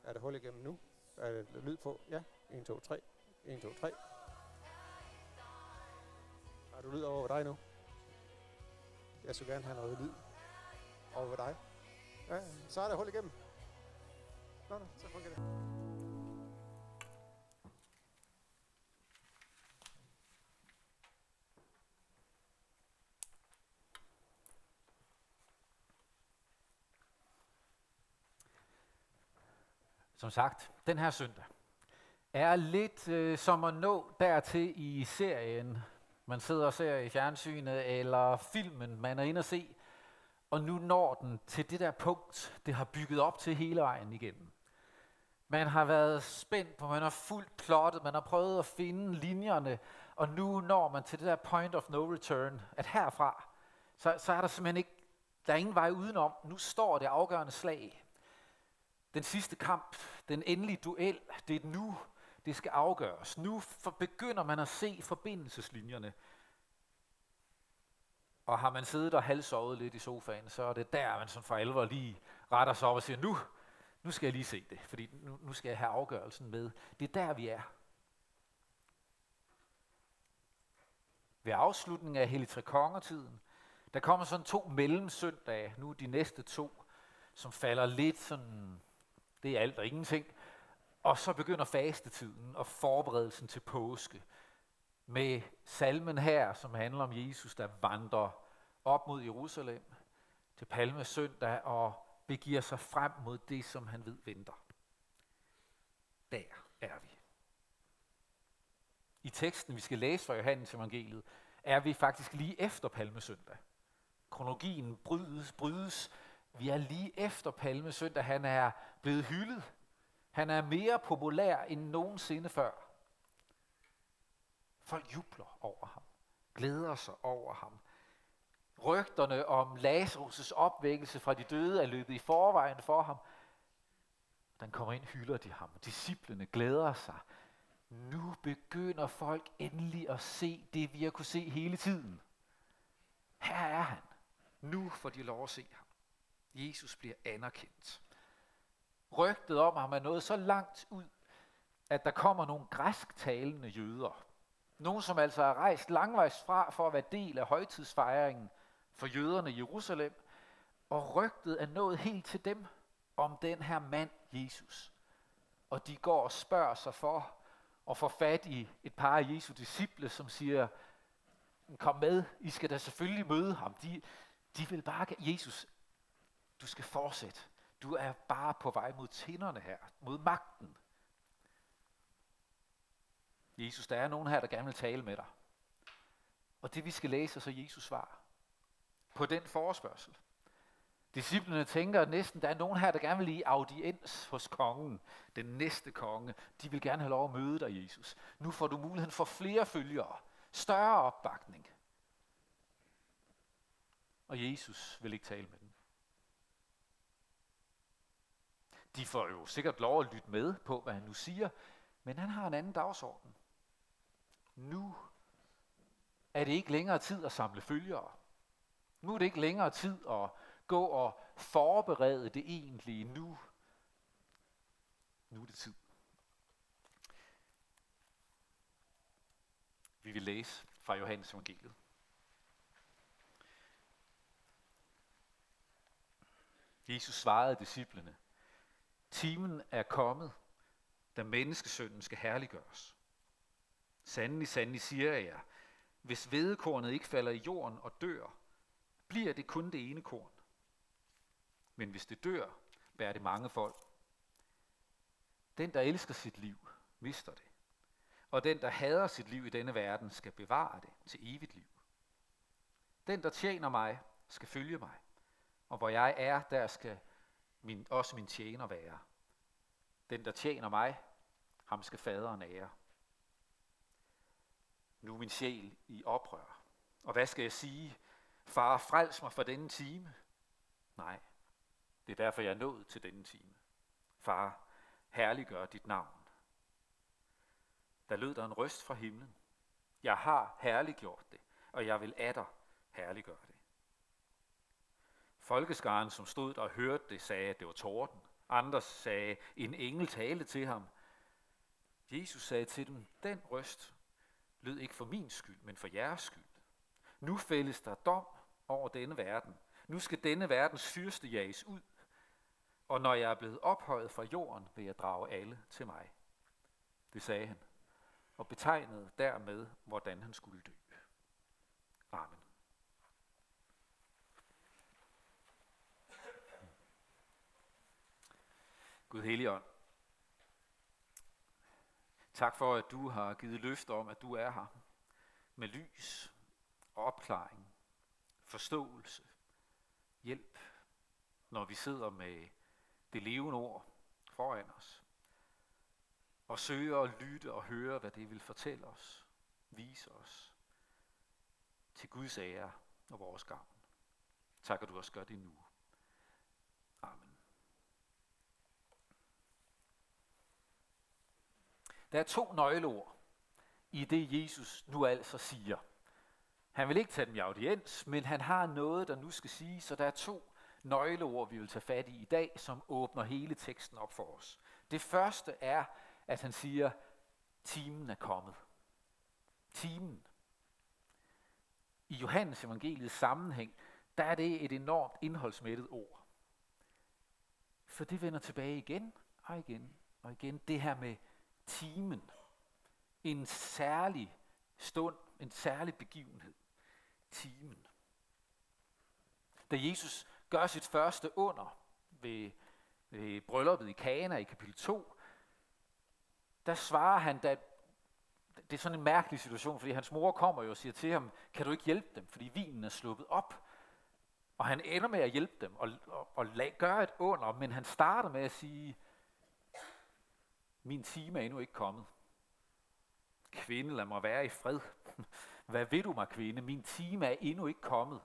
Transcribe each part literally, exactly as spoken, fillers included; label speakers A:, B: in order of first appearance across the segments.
A: Er der hul igennem nu? Er der lyd på? Ja. en, to, tre. en, to, tre. Har du lyd over dig nu? Jeg skulle gerne have noget lyd over dig. Ja, så er der hul igennem. Nå, nå, så fungerer det.
B: Som sagt, den her søndag er lidt øh, som at nå dertil i serien, man sidder og ser i fjernsynet, eller filmen, man er inde og se, og nu når den til det der punkt, det har bygget op til hele vejen igennem. Man har været spændt på, man har fuldt plottet, man har prøvet at finde linjerne, og nu når man til det der point of no return, at herfra, så, så er der simpelthen ikke, der er ingen vej udenom. Nu står det afgørende slag. Den sidste kamp, den endelige duel, det er nu, det skal afgøres. Nu for begynder man at se forbindelseslinjerne. Og har man siddet og halvsovet lidt i sofaen, så er det der, man sådan for alvor lige retter sig op og siger, nu, nu skal jeg lige se det, fordi nu, nu skal jeg have afgørelsen med. Det er der, vi er. Ved afslutningen af Helligtrekongertiden, der kommer sådan to mellemsøndage, nu de næste to, som falder lidt sådan, det er alt og ingenting. Og så begynder fastetiden og forberedelsen til påske med salmen her, som handler om Jesus, der vandrer op mod Jerusalem til Palmesøndag og begiver sig frem mod det, som han ved venter. Der er vi. I teksten, vi skal læse fra Johannes evangeliet, er vi faktisk lige efter Palmesøndag. Kronologien brydes, brydes. Vi er lige efter Palmesøndag. Han er blevet hyldet. Han er mere populær end nogensinde før. Folk jubler over ham, glæder sig over ham. Rygterne om Lazarus' opvækkelse fra de døde er løbet i forvejen for ham. Den kommer ind, hylder de ham. Disciplene glæder sig. Nu begynder folk endelig at se det, vi har kunne se hele tiden. Her er han. Nu får de lov at se ham. Jesus bliver anerkendt. Rygtet om ham er nået så langt ud, at der kommer nogle græsktalende jøder. Nogle, som altså er rejst langvejs fra for at være del af højtidsfejringen for jøderne i Jerusalem. Og rygtet er nået helt til dem om den her mand, Jesus. Og de går og spørger sig for at få fat i et par af Jesu disciple, som siger, kom med, I skal da selvfølgelig møde ham. De, de vil bare, Jesus, du skal fortsætte. Du er bare på vej mod tinderne her, mod magten. Jesus, der er nogen her, der gerne vil tale med dig. Og det vi skal læse, er så Jesus svar på den forespørgsel. Disciplene tænker at næsten, der er nogen her, der gerne vil i audiens hos kongen, den næste konge. De vil gerne have lov at møde dig, Jesus. Nu får du muligheden for flere følgere, større opbakning. Og Jesus vil ikke tale med dem. De får jo sikkert lov at lytte med på, hvad han nu siger, men han har en anden dagsorden. Nu er det ikke længere tid at samle følgere. Nu er det ikke længere tid at gå og forberede det egentlige. Nu, nu er det tid. Vi vil læse fra Johannes evangeliet. Jesus svarede disciplene, timen er kommet, da menneskesønnen skal herliggøres. Sandelig, sandelig siger jeg jer, hvis hvedekornet ikke falder i jorden og dør, bliver det kun det ene korn. Men hvis det dør, bærer det mange folk. Den, der elsker sit liv, mister det. Og den, der hader sit liv i denne verden, skal bevare det til evigt liv. Den, der tjener mig, skal følge mig. Og hvor jeg er, der skal min, også min tjener være. Den, der tjener mig, ham skal faderen ære. Nu er min sjæl i oprør. Og hvad skal jeg sige? Far, frels mig fra denne time. Nej, det er derfor, jeg er nået til denne time. Far, herliggør dit navn. Der lød der en røst fra himlen. Jeg har herliggjort det, og jeg vil atter herliggøre det. Folkeskaren, som stod der og hørte det, sagde, at det var torden. Andre sagde, en engel talte til ham. Jesus sagde til dem, den røst lød ikke for min skyld, men for jeres skyld. Nu fældes der dom over denne verden. Nu skal denne verdens fyrste jages ud. Og når jeg er blevet ophøjet fra jorden, vil jeg drage alle til mig. Det sagde han, og betegnede dermed, hvordan han skulle dø. Amen. Gud Helligånd, tak for, at du har givet løfte om, at du er her med lys, opklaring, forståelse, hjælp, når vi sidder med det levende ord foran os, og søger at lytte og høre, hvad det vil fortælle os, vise os, til Guds ære og vores gavn. Tak, at du også gør det nu. Amen. Der er to nøgleord i det, Jesus nu altså siger. Han vil ikke tage dem i audiens, men han har noget, der nu skal sige, så der er to nøgleord, vi vil tage fat i i dag, som åbner hele teksten op for os. Det første er, at han siger, timen er kommet. Timen. I Johannes evangeliets sammenhæng, der er det et enormt indholdsmættet ord. For det vender tilbage igen og igen og igen. Det her med timen. En særlig stund, en særlig begivenhed. Timen. Da Jesus gør sit første under ved, ved brylluppet i Kana i kapitel to, der svarer han, da det er sådan en mærkelig situation, fordi hans mor kommer jo og siger til ham, kan du ikke hjælpe dem, fordi vinen er sluppet op. Og han ender med at hjælpe dem og, og, og gøre et under, men han starter med at sige, min time er endnu ikke kommet. Kvinde, lad mig være i fred. Hvad vil du mig, kvinde? Min time er endnu ikke kommet.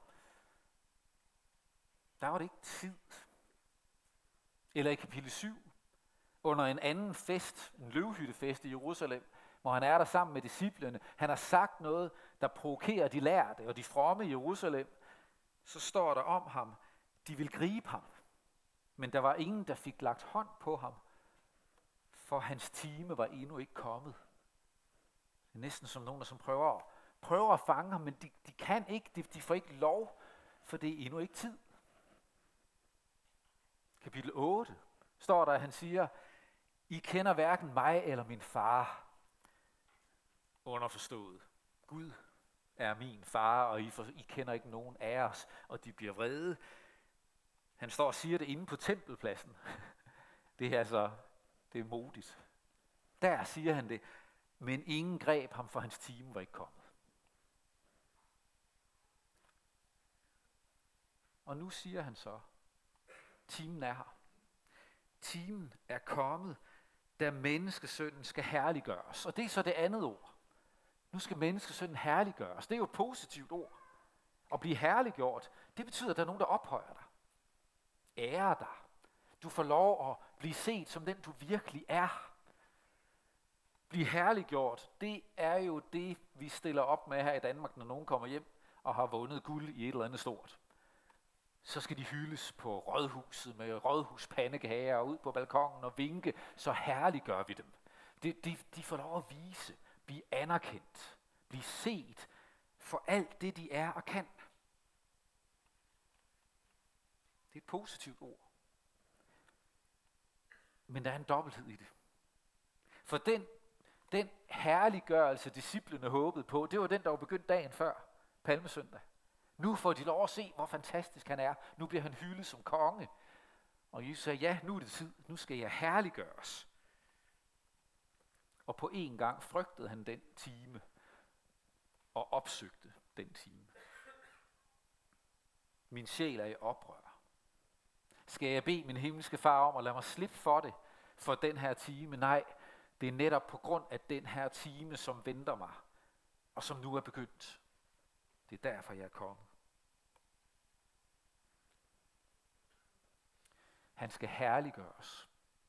B: Der var det ikke tid. Eller i kapitel syv, under en anden fest, en løvhyttefest i Jerusalem, hvor han er der sammen med disciplene, han har sagt noget, der provokerer de lærte og de fromme i Jerusalem, så står der om ham, de vil gribe ham. Men der var ingen, der fik lagt hånd på ham, for hans time var endnu ikke kommet. Det er næsten som nogen, der som prøver, prøver at fange ham, men de, de kan ikke, de, de får ikke lov, for det er endnu ikke tid. Kapitel otte står der, at han siger, I kender hverken mig eller min far. Underforstået. Gud er min far, og I, for, I kender ikke nogen af os, og de bliver vrede. Han står og siger det inde på tempelpladsen. Det er altså, det er modigt. Der siger han det, men ingen greb ham, for hans time var ikke kommet. Og nu siger han så, timen er her. Timen er kommet, da menneskesønnen skal herliggøres. Og det er så det andet ord. Nu skal menneskesønnen herliggøres. Det er jo et positivt ord. At blive herliggjort, det betyder, at der er nogen, der ophøjer dig. Ærer dig. Du får lov at blive set som den, du virkelig er. Blive herliggjort, det er jo det, vi stiller op med her i Danmark, når nogen kommer hjem og har vundet guld i et eller andet stort. Så skal de hyldes på rådhuset med rådhuspandekager og ud på balkongen og vinke, så herliggør vi dem. De, de, de får lov at vise, blive anerkendt, blive set for alt det, de er og kan. Det er et positivt ord. Men der er en dobbelthed i det. For den, den herliggørelse, disciplene håbede på, det var den, der var begyndt dagen før, Palmesøndag. Nu får de lov at se, hvor fantastisk han er. Nu bliver han hyldet som konge. Og Jesus sagde, ja, nu er det tid. Nu skal jeg herliggøres. Og på en gang frygtede han den time og opsøgte den time. Min sjæl er i oprør. Skal jeg bede min himmelske far om at lade mig slippe for det, for den her time? Nej, det er netop på grund af den her time, som venter mig, og som nu er begyndt. Det er derfor, jeg er kommet. Han skal herliggøres.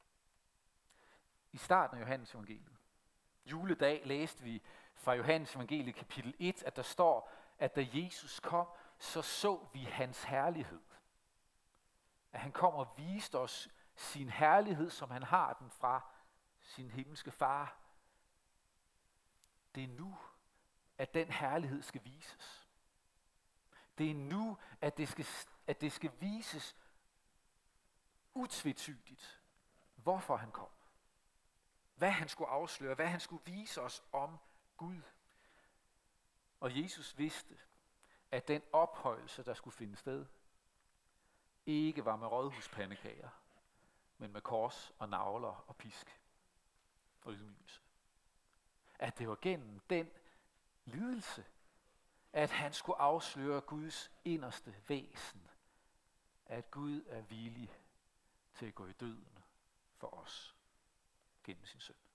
B: I starten af Johannes evangeliet, juledag, læste vi fra Johannes evangeliet kapitel et, at der står, at da Jesus kom, så så vi hans herlighed. At han kom og viste os sin herlighed, som han har den fra sin himmelske far. Det er nu, at den herlighed skal vises. Det er nu, at det skal, at det skal vises utvetydigt, hvorfor han kom. Hvad han skulle afsløre, hvad han skulle vise os om Gud. Og Jesus vidste, at den ophøjelse, der skulle finde sted, ikke var med rådhuspandekager, men med kors og nagler og pisk og ydmygelse. At det var gennem den lidelse, at han skulle afsløre Guds inderste væsen. At Gud er villig til at gå i døden for os gennem sin søn.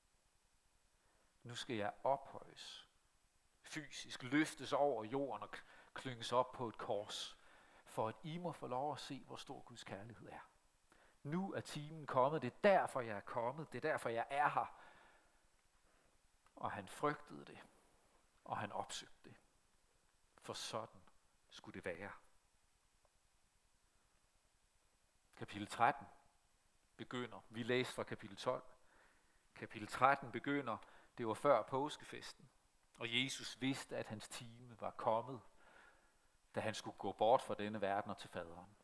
B: Nu skal jeg ophøjes, fysisk løftes over jorden og klynges op på et kors, for at I må få lov at se, hvor stor Guds kærlighed er. Nu er timen kommet, det er derfor jeg er kommet, det er derfor jeg er her. Og han frygtede det, og han opsøgte det. For sådan skulle det være. Kapitel tretten begynder. Vi læste fra kapitel tolv. Kapitel tretten begynder. Det var før påskefesten. Og Jesus vidste, at hans time var kommet, da han skulle gå bort fra denne verden og til faderen.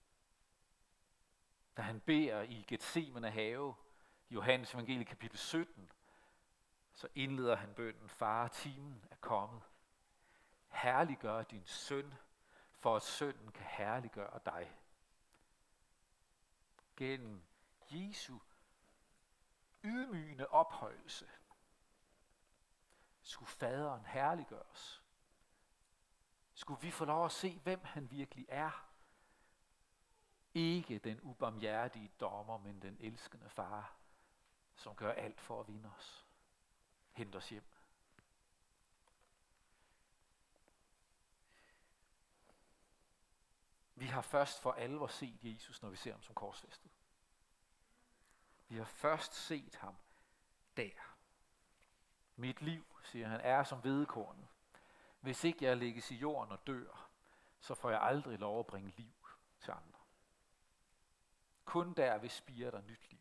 B: Da han beder i Getsemane have, Johannes evangelie kapitel sytten, så indleder han bønnen: Far, timen er kommet. Herliggør din søn, for at sønnen kan herliggøre dig. Gennem Jesu ydmygende ophøjelse skulle faderen herliggøres. Skulle vi få lov at se, hvem han virkelig er. Ikke den ubarmhjertige dommer, men den elskende far, som gør alt for at vinde os. Hent os hjem. Vi har først for alvor set Jesus, når vi ser ham som korsfæstet. Vi har først set ham der. Mit liv, siger han, er som hvedekornet. Hvis ikke jeg lægges i jorden og dør, så får jeg aldrig lov at bringe liv til andre. Kun der vil spire der nyt liv.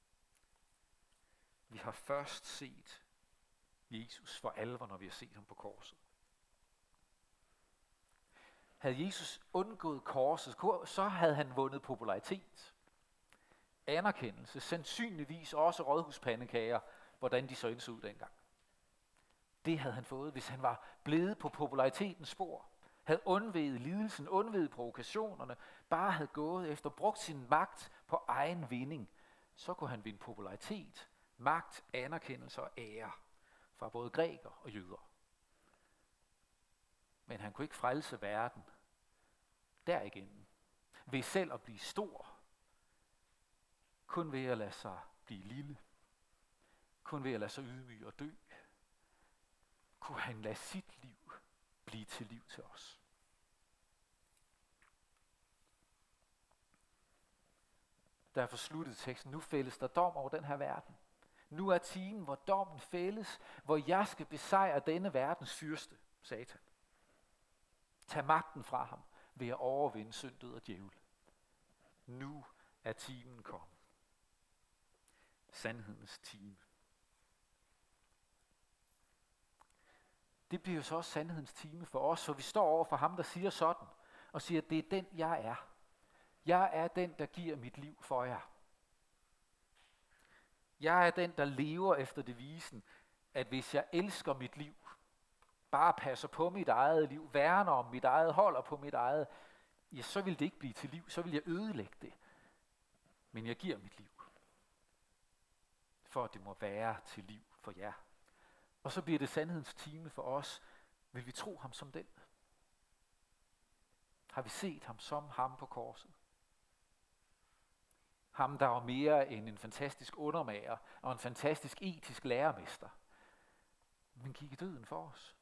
B: Vi har først set Jesus for alvor, når vi har set ham på korset. Havde Jesus undgået korset, så havde han vundet popularitet, anerkendelse, sandsynligvis også rådhuspandekager, hvordan de så end så ud dengang. Det havde han fået, hvis han var blevet på popularitetens spor, havde undveget lidelsen, undveget provokationerne, bare havde gået efter, brugt sin magt på egen vinding, så kunne han vinde popularitet, magt, anerkendelse og ære fra både grækere og jøder. Men han kunne ikke frelse verden derigennem ved selv at blive stor, kun ved at lade sig blive lille, kun ved at lade sig ydmyge og dø, kunne han lade sit liv blive til liv til os. Derfor sluttede teksten: nu fældes der dom over den her verden. Nu er timen, hvor dommen fældes, hvor jeg skal besejre denne verdens fyrste, Satan. Tag magten fra ham ved at overvinde synd, død og djævel. Nu er timen kommet. Sandhedens time. Det bliver jo så også sandhedens time for os, så vi står over for ham, der siger sådan, og siger, at det er den, jeg er. Jeg er den, der giver mit liv for jer. Jeg er den, der lever efter devisen, at hvis jeg elsker mit liv, bare passer på mit eget liv, værner om mit eget, holder på mit eget, ja, så vil det ikke blive til liv, så vil jeg ødelægge det. Men jeg giver mit liv, for at det må være til liv for jer. Og så bliver det sandhedens time for os. Vil vi tro ham som den? Har vi set ham som ham på korset? Ham, der var mere end en fantastisk undermager og en fantastisk etisk lærermester, men gik i døden for os.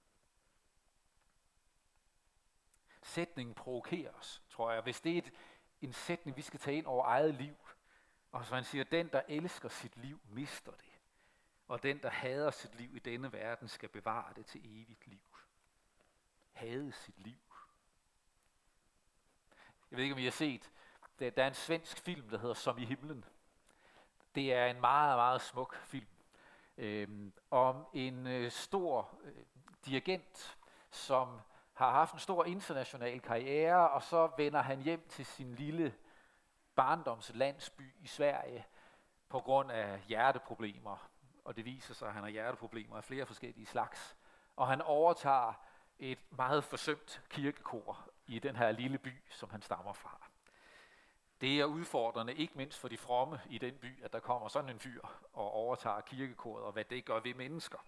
B: Sætningen provokerer os, tror jeg. Hvis det er et, en sætning, vi skal tage ind over eget liv, og så han siger, den, der elsker sit liv, mister det. Og den, der hader sit liv i denne verden, skal bevare det til evigt liv. Hade sit liv. Jeg ved ikke, om I har set Der, der er en svensk film, der hedder Som i himlen. Det er en meget, meget smuk film øh, om en øh, stor øh, dirigent, som har haft en stor international karriere, og så vender han hjem til sin lille barndomslandsby i Sverige på grund af hjerteproblemer. Og det viser sig, at han har hjerteproblemer af flere forskellige slags. Og han overtager et meget forsømt kirkekor i den her lille by, som han stammer fra. Det er udfordrende, ikke mindst for de fromme i den by, at der kommer sådan en fyr og overtager kirkekoret, og hvad det gør ved mennesker.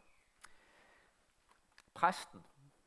B: Præsten.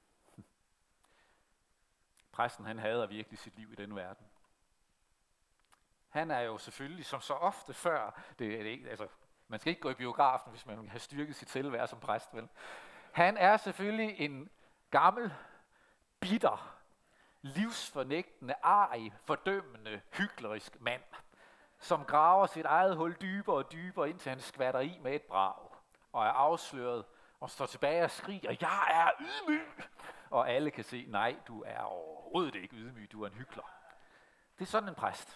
B: Præsten, han hader virkelig sit liv i den verden. Han er jo selvfølgelig, som så ofte før, det er det ikke, altså, man skal ikke gå i biografen, hvis man vil have styrket sit selvværd som præst, vel? Han er selvfølgelig en gammel, bitter, livsfornægtende, arrig, fordømmende, hyklerisk mand, som graver sit eget hul dybere og dybere, indtil han skvatter i med et brag, og er afsløret, og står tilbage og skriger, jeg er ydmyg! Og alle kan se, nej, du er overhovedet ikke ydmyg, du er en hykler. Det er sådan en præst.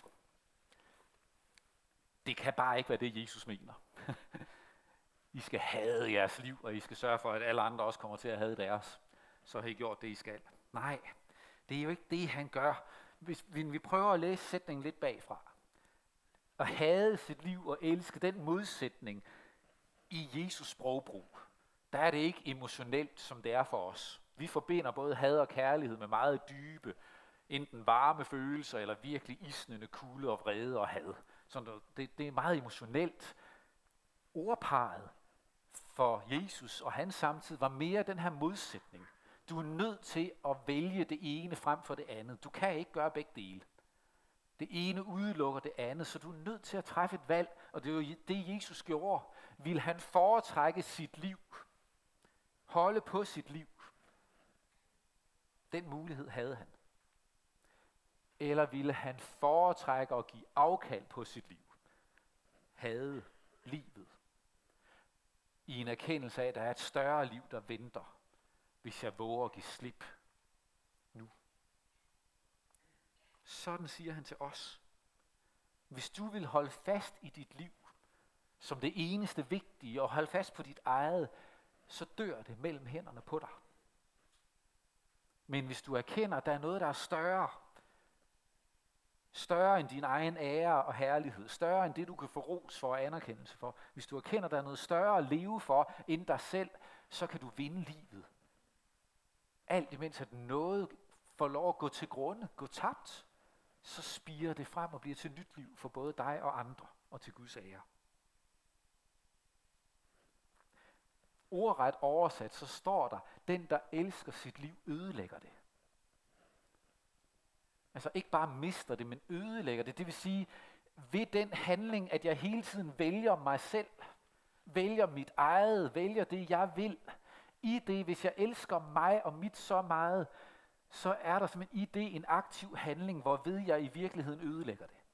B: Det kan bare ikke være det, Jesus mener. I skal hade jeres liv, og I skal sørge for, at alle andre også kommer til at hade deres. Så har I gjort det, I skal. Nej, det er jo ikke det, han gør. Hvis vi prøver at læse sætningen lidt bagfra. At hade sit liv og elske den modsætning i Jesus sprogbrug, der er det ikke emotionelt, som det er for os. Vi forbinder både had og kærlighed med meget dybe, enten varme følelser, eller virkelig isnende kulde og vrede og had. Så det, det er meget emotionelt. Ordparet for Jesus og hans samtid var mere den her modsætning. Du er nødt til at vælge det ene frem for det andet. Du kan ikke gøre begge dele. Det ene udelukker det andet, så du er nødt til at træffe et valg, og det er jo det, Jesus gjorde. Vil han foretrække sit liv? Holde på sit liv? Den mulighed havde han. Eller ville han foretrække at give afkald på sit liv? Hade livet. I en erkendelse af, at der er et større liv, der venter, hvis jeg våger at give slip nu. Sådan siger han til os. Hvis du vil holde fast i dit liv, som det eneste vigtige, og holde fast på dit eget, så dør det mellem hænderne på dig. Men hvis du erkender, at der er noget, der er større, større end din egen ære og herlighed, større end det, du kan få ros for og anerkendelse for, hvis du erkender, at der er noget større at leve for end dig selv, så kan du vinde livet. Alt imens at noget får lov at gå til grunde, gå tabt, så spirer det frem og bliver til nyt liv for både dig og andre og til Guds ære. Ordret oversat, så står der, den der elsker sit liv, ødelægger det. Altså ikke bare mister det, men ødelægger det. Det vil sige, ved den handling, at jeg hele tiden vælger mig selv, vælger mit eget, vælger det, jeg vil. I det, hvis jeg elsker mig og mit så meget, så er der simpelthen i det en aktiv handling, hvorved jeg i virkeligheden ødelægger det.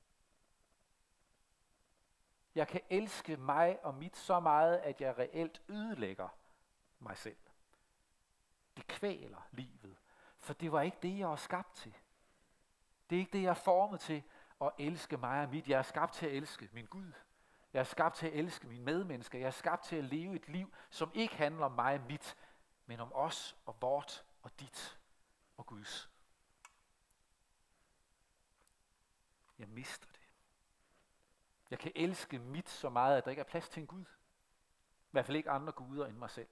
B: Jeg kan elske mig og mit så meget, at jeg reelt ødelægger mig selv. Det kvæler livet, for det var ikke det, jeg var skabt til. Det er ikke det, jeg er formet til at elske mig og mit. Jeg er skabt til at elske min Gud. Jeg er skabt til at elske mine medmennesker. Jeg er skabt til at leve et liv, som ikke handler om mig og mit, men om os og vort og dit og Guds. Jeg mister det. Jeg kan elske mit så meget, at der ikke er plads til en Gud. I hvert fald ikke andre guder end mig selv.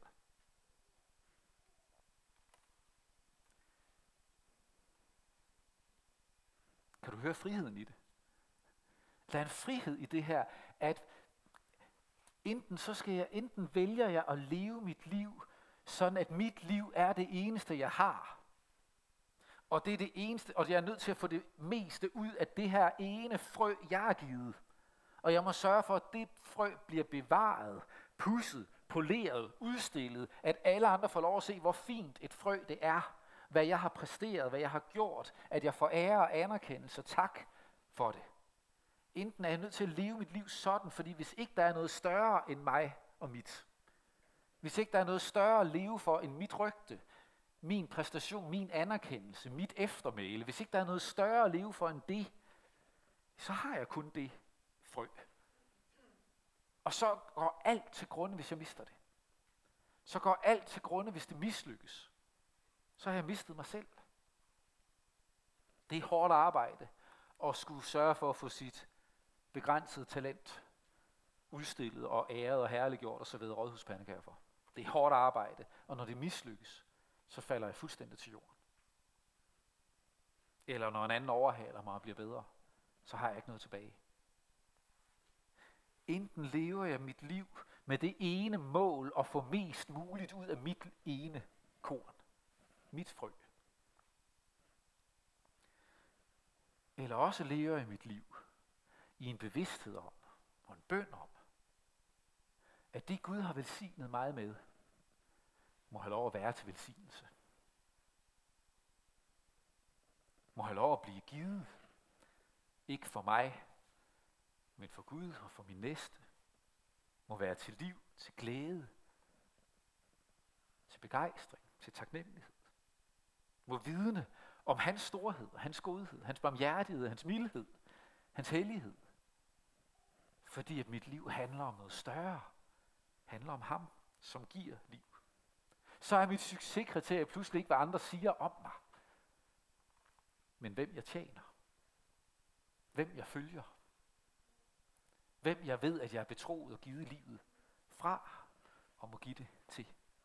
B: Kan du høre friheden i det? Der er en frihed i det her, at enten så skal jeg, enten vælger jeg at leve mit liv, sådan at mit liv er det eneste, jeg har. Og det er det eneste, og jeg er nødt til at få det meste ud af det her ene frø, jeg har givet. Og jeg må sørge for, at det frø bliver bevaret, pudset, poleret, udstillet, at alle andre får lov at se, hvor fint et frø det er, hvad jeg har præsteret, hvad jeg har gjort, at jeg får ære og anerkendelse, tak for det. Enten er jeg nødt til at leve mit liv sådan, fordi hvis ikke der er noget større end mig og mit, hvis ikke der er noget større at leve for end mit rygte, min præstation, min anerkendelse, mit eftermæle, hvis ikke der er noget større at leve for end det, så har jeg kun det frø. Og så går alt til grunde, hvis jeg mister det. Så går alt til grunde, hvis det mislykkes. Så har jeg mistet mig selv. Det er hårdt arbejde at skulle sørge for at få sit begrænsede talent udstillet og æret og herliggjort og så videre rådhuspandekager for. Det er hårdt arbejde, og når det mislykkes, så falder jeg fuldstændig til jorden. Eller når en anden overhaler mig og bliver bedre, så har jeg ikke noget tilbage. Enten lever jeg mit liv med det ene mål at få mest muligt ud af mit ene korn, mit frø. Eller også lever jeg mit liv i en bevidsthed om og en bøn om, at det Gud har velsignet mig med, må have lov at være til velsignelse. Må have lov at blive givet. Ikke for mig, men for Gud og for min næste. Må være til liv, til glæde, til begejstring, til taknemmelighed. Må vidne om hans storhed, hans godhed, hans barmhjertighed, hans mildhed, hans hellighed. Fordi at mit liv handler om noget større. Handler om ham, som giver liv. Så er mit succeskriterie pludselig ikke, hvad andre siger om mig. Men hvem jeg tjener. Hvem jeg følger. Hvem jeg ved, at jeg er betroet og givet livet fra, og må give det til.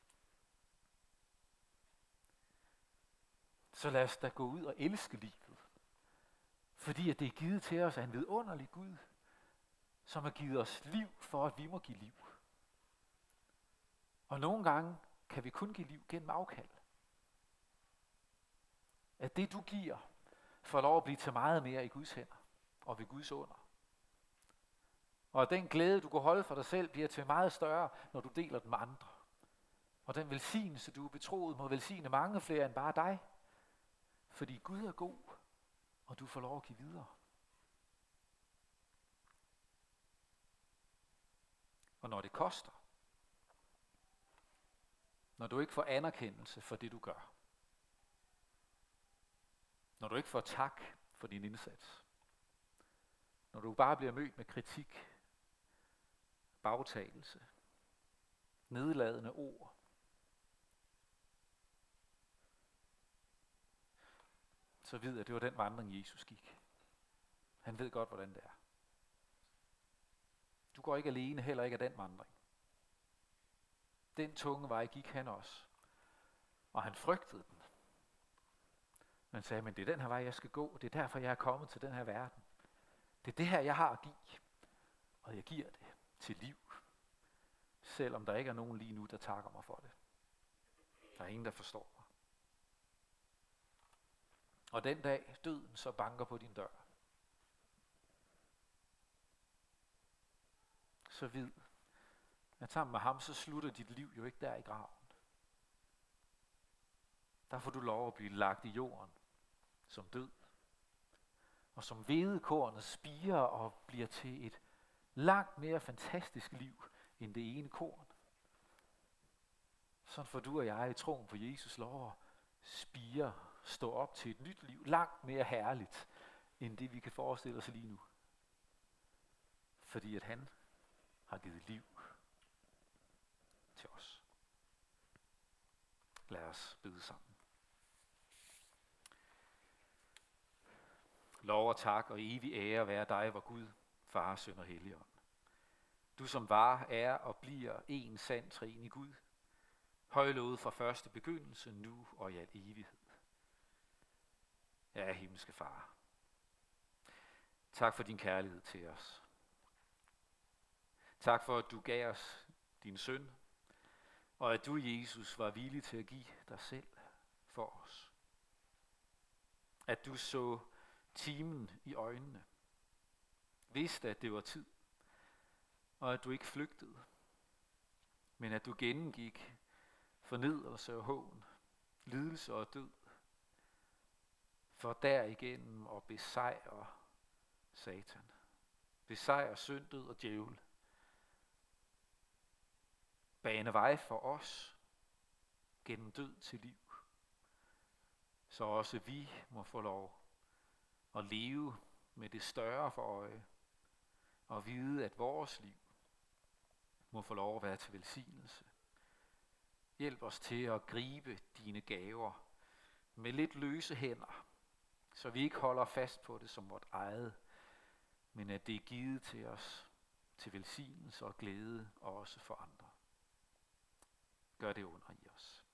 B: Så lad os da gå ud og elske livet. Fordi at det er givet til os af en vidunderlig Gud, som har givet os liv, for at vi må give liv. Og nogle gange kan vi kun give liv gennem afkald. At det du giver, får lov at blive til meget mere i Guds hænder og ved Guds under. Og at den glæde, du kan holde for dig selv, bliver til meget større, når du deler den med andre. Og den velsignelse, du er betroet, må velsigne mange flere end bare dig. Fordi Gud er god, og du får lov at give videre. Og når det koster, når du ikke får anerkendelse for det, du gør, når du ikke får tak for din indsats, når du bare bliver mødt med kritik, bagtagelse, nedladende ord, så ved jeg, at det var den vandring, Jesus gik. Han ved godt, hvordan det er. Du går ikke alene, heller ikke af den vandring. Den tunge vej gik han også. Og han frygtede den. Men sagde, men det er den her vej, jeg skal gå. Det er derfor, jeg er kommet til den her verden. Det er det her, jeg har at give. Og jeg giver det til liv. Selvom der ikke er nogen lige nu, der takker mig for det. Der er ingen, der forstår mig. Og den dag, døden så banker på din dør, så vid, at sammen med ham, så slutter dit liv jo ikke der i graven. Der får du lov at blive lagt i jorden som død. Og som hvedekornet spirer og bliver til et langt mere fantastisk liv end det ene korn. Sådan får du og jeg i troen på Jesus lov at spire, stå op til et nyt liv, langt mere herligt end det vi kan forestille os lige nu. Fordi at han har givet liv til os. Lad os bede sammen. Lov og tak og evig ære være dig, vor Gud, Far, Søn og Helligånd. Du som var, er og bliver en sand treenig Gud, højlovet fra første begyndelse, nu og i al evighed. Ja, himmelske Far. Tak for din kærlighed til os. Tak for, at du gav os din søn, og at du, Jesus, var villig til at give dig selv for os. At du så timen i øjnene, vidste, at det var tid, og at du ikke flygtede, men at du gennemgik fornedrelse og hån, lidelse og død, for derigennem at besejre Satan, besejre synd, død og djævel, bane vej for os gennem død til liv, så også vi må få lov at leve med det større for øje, og vide, at vores liv må få lov at være til velsignelse. Hjælp os til at gribe dine gaver med lidt løse hænder, så vi ikke holder fast på det som vort eget, men at det er givet til os til velsignelse og glæde, også for andre. Gør det under i os.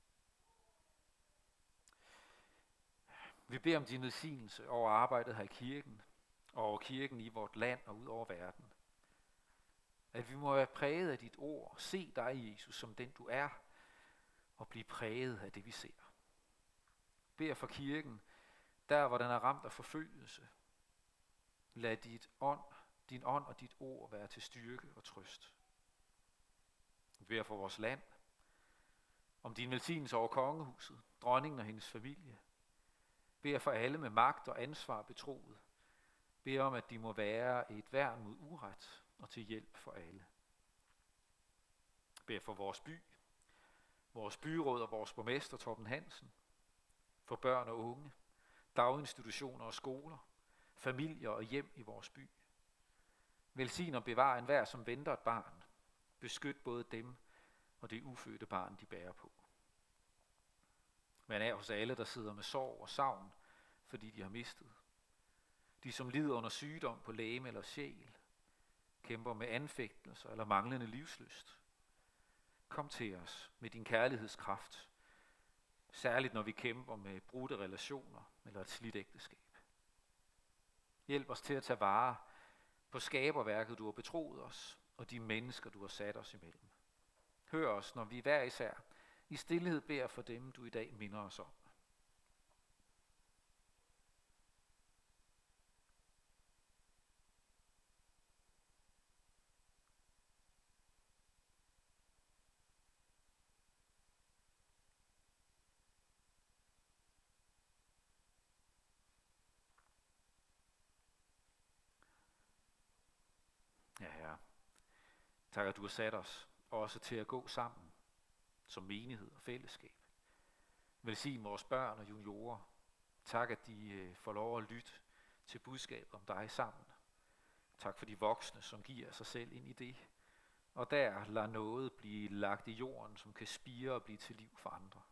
B: Vi beder om din velsignelse over arbejdet her i kirken, og over kirken i vort land og ud over verden. At vi må være præget af dit ord, se dig, Jesus, som den du er, og blive præget af det, vi ser. Beder for kirken, der hvor den er ramt af forfølgelse. Lad dit ånd, din ånd og dit ord være til styrke og trøst. Vi beder for vores land, om din velsignelse over kongehuset, dronningen og hendes familie. Beder for alle med magt og ansvar betroet. Beder om, at de må være et værn mod uret og til hjælp for alle. Beder for vores by, vores byråd og vores borgmester Torben Hansen. For børn og unge, daginstitutioner og skoler, familier og hjem i vores by. Velsign og bevar enhver, som venter et barn. Beskyt både dem og det ufødte barn, de bærer på. Man er hos alle, der sidder med sorg og savn, fordi de har mistet. De, som lider under sygdom på legeme eller sjæl, kæmper med anfægtelser eller manglende livslyst. Kom til os med din kærlighedskraft, særligt når vi kæmper med brudte relationer eller et slidt ægteskab. Hjælp os til at tage vare på skaberværket, du har betroet os, og de mennesker, du har sat os imellem. Hør os, når vi hver især i stilhed beder for dem, du i dag minder os om. Ja, Herre. Tak, at du har sat os også til at gå sammen som menighed og fællesskab. Velsign vores børn og juniorer. Tak, at de øh, får lov at lytte til budskabet om dig sammen. Tak for de voksne, som giver sig selv ind i det. Og der lader noget blive lagt i jorden, som kan spire og blive til liv for andre.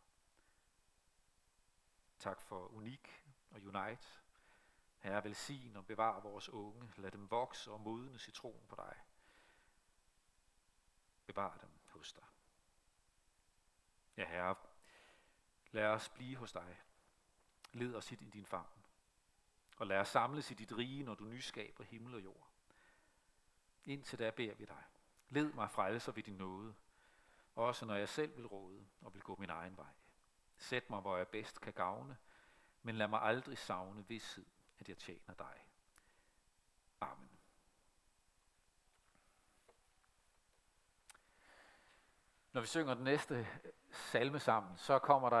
B: Tak for Unik og Unite. Herre, velsign og bevar vores unge. Lad dem vokse og modnes i troen på dig. Bevar dem hos dig. Ja, Herre, lad os blive hos dig. Led os i din favn. Og lad os samles i dit rige, når du nyskaber himmel og jord. Indtil da beder vi dig. Led mig frelser ved din nåde. Også når jeg selv vil råde og vil gå min egen vej. Sæt mig, hvor jeg bedst kan gavne, men lad mig aldrig savne vished, at jeg tjener dig. Amen. Når vi synger den næste salme sammen, så kommer der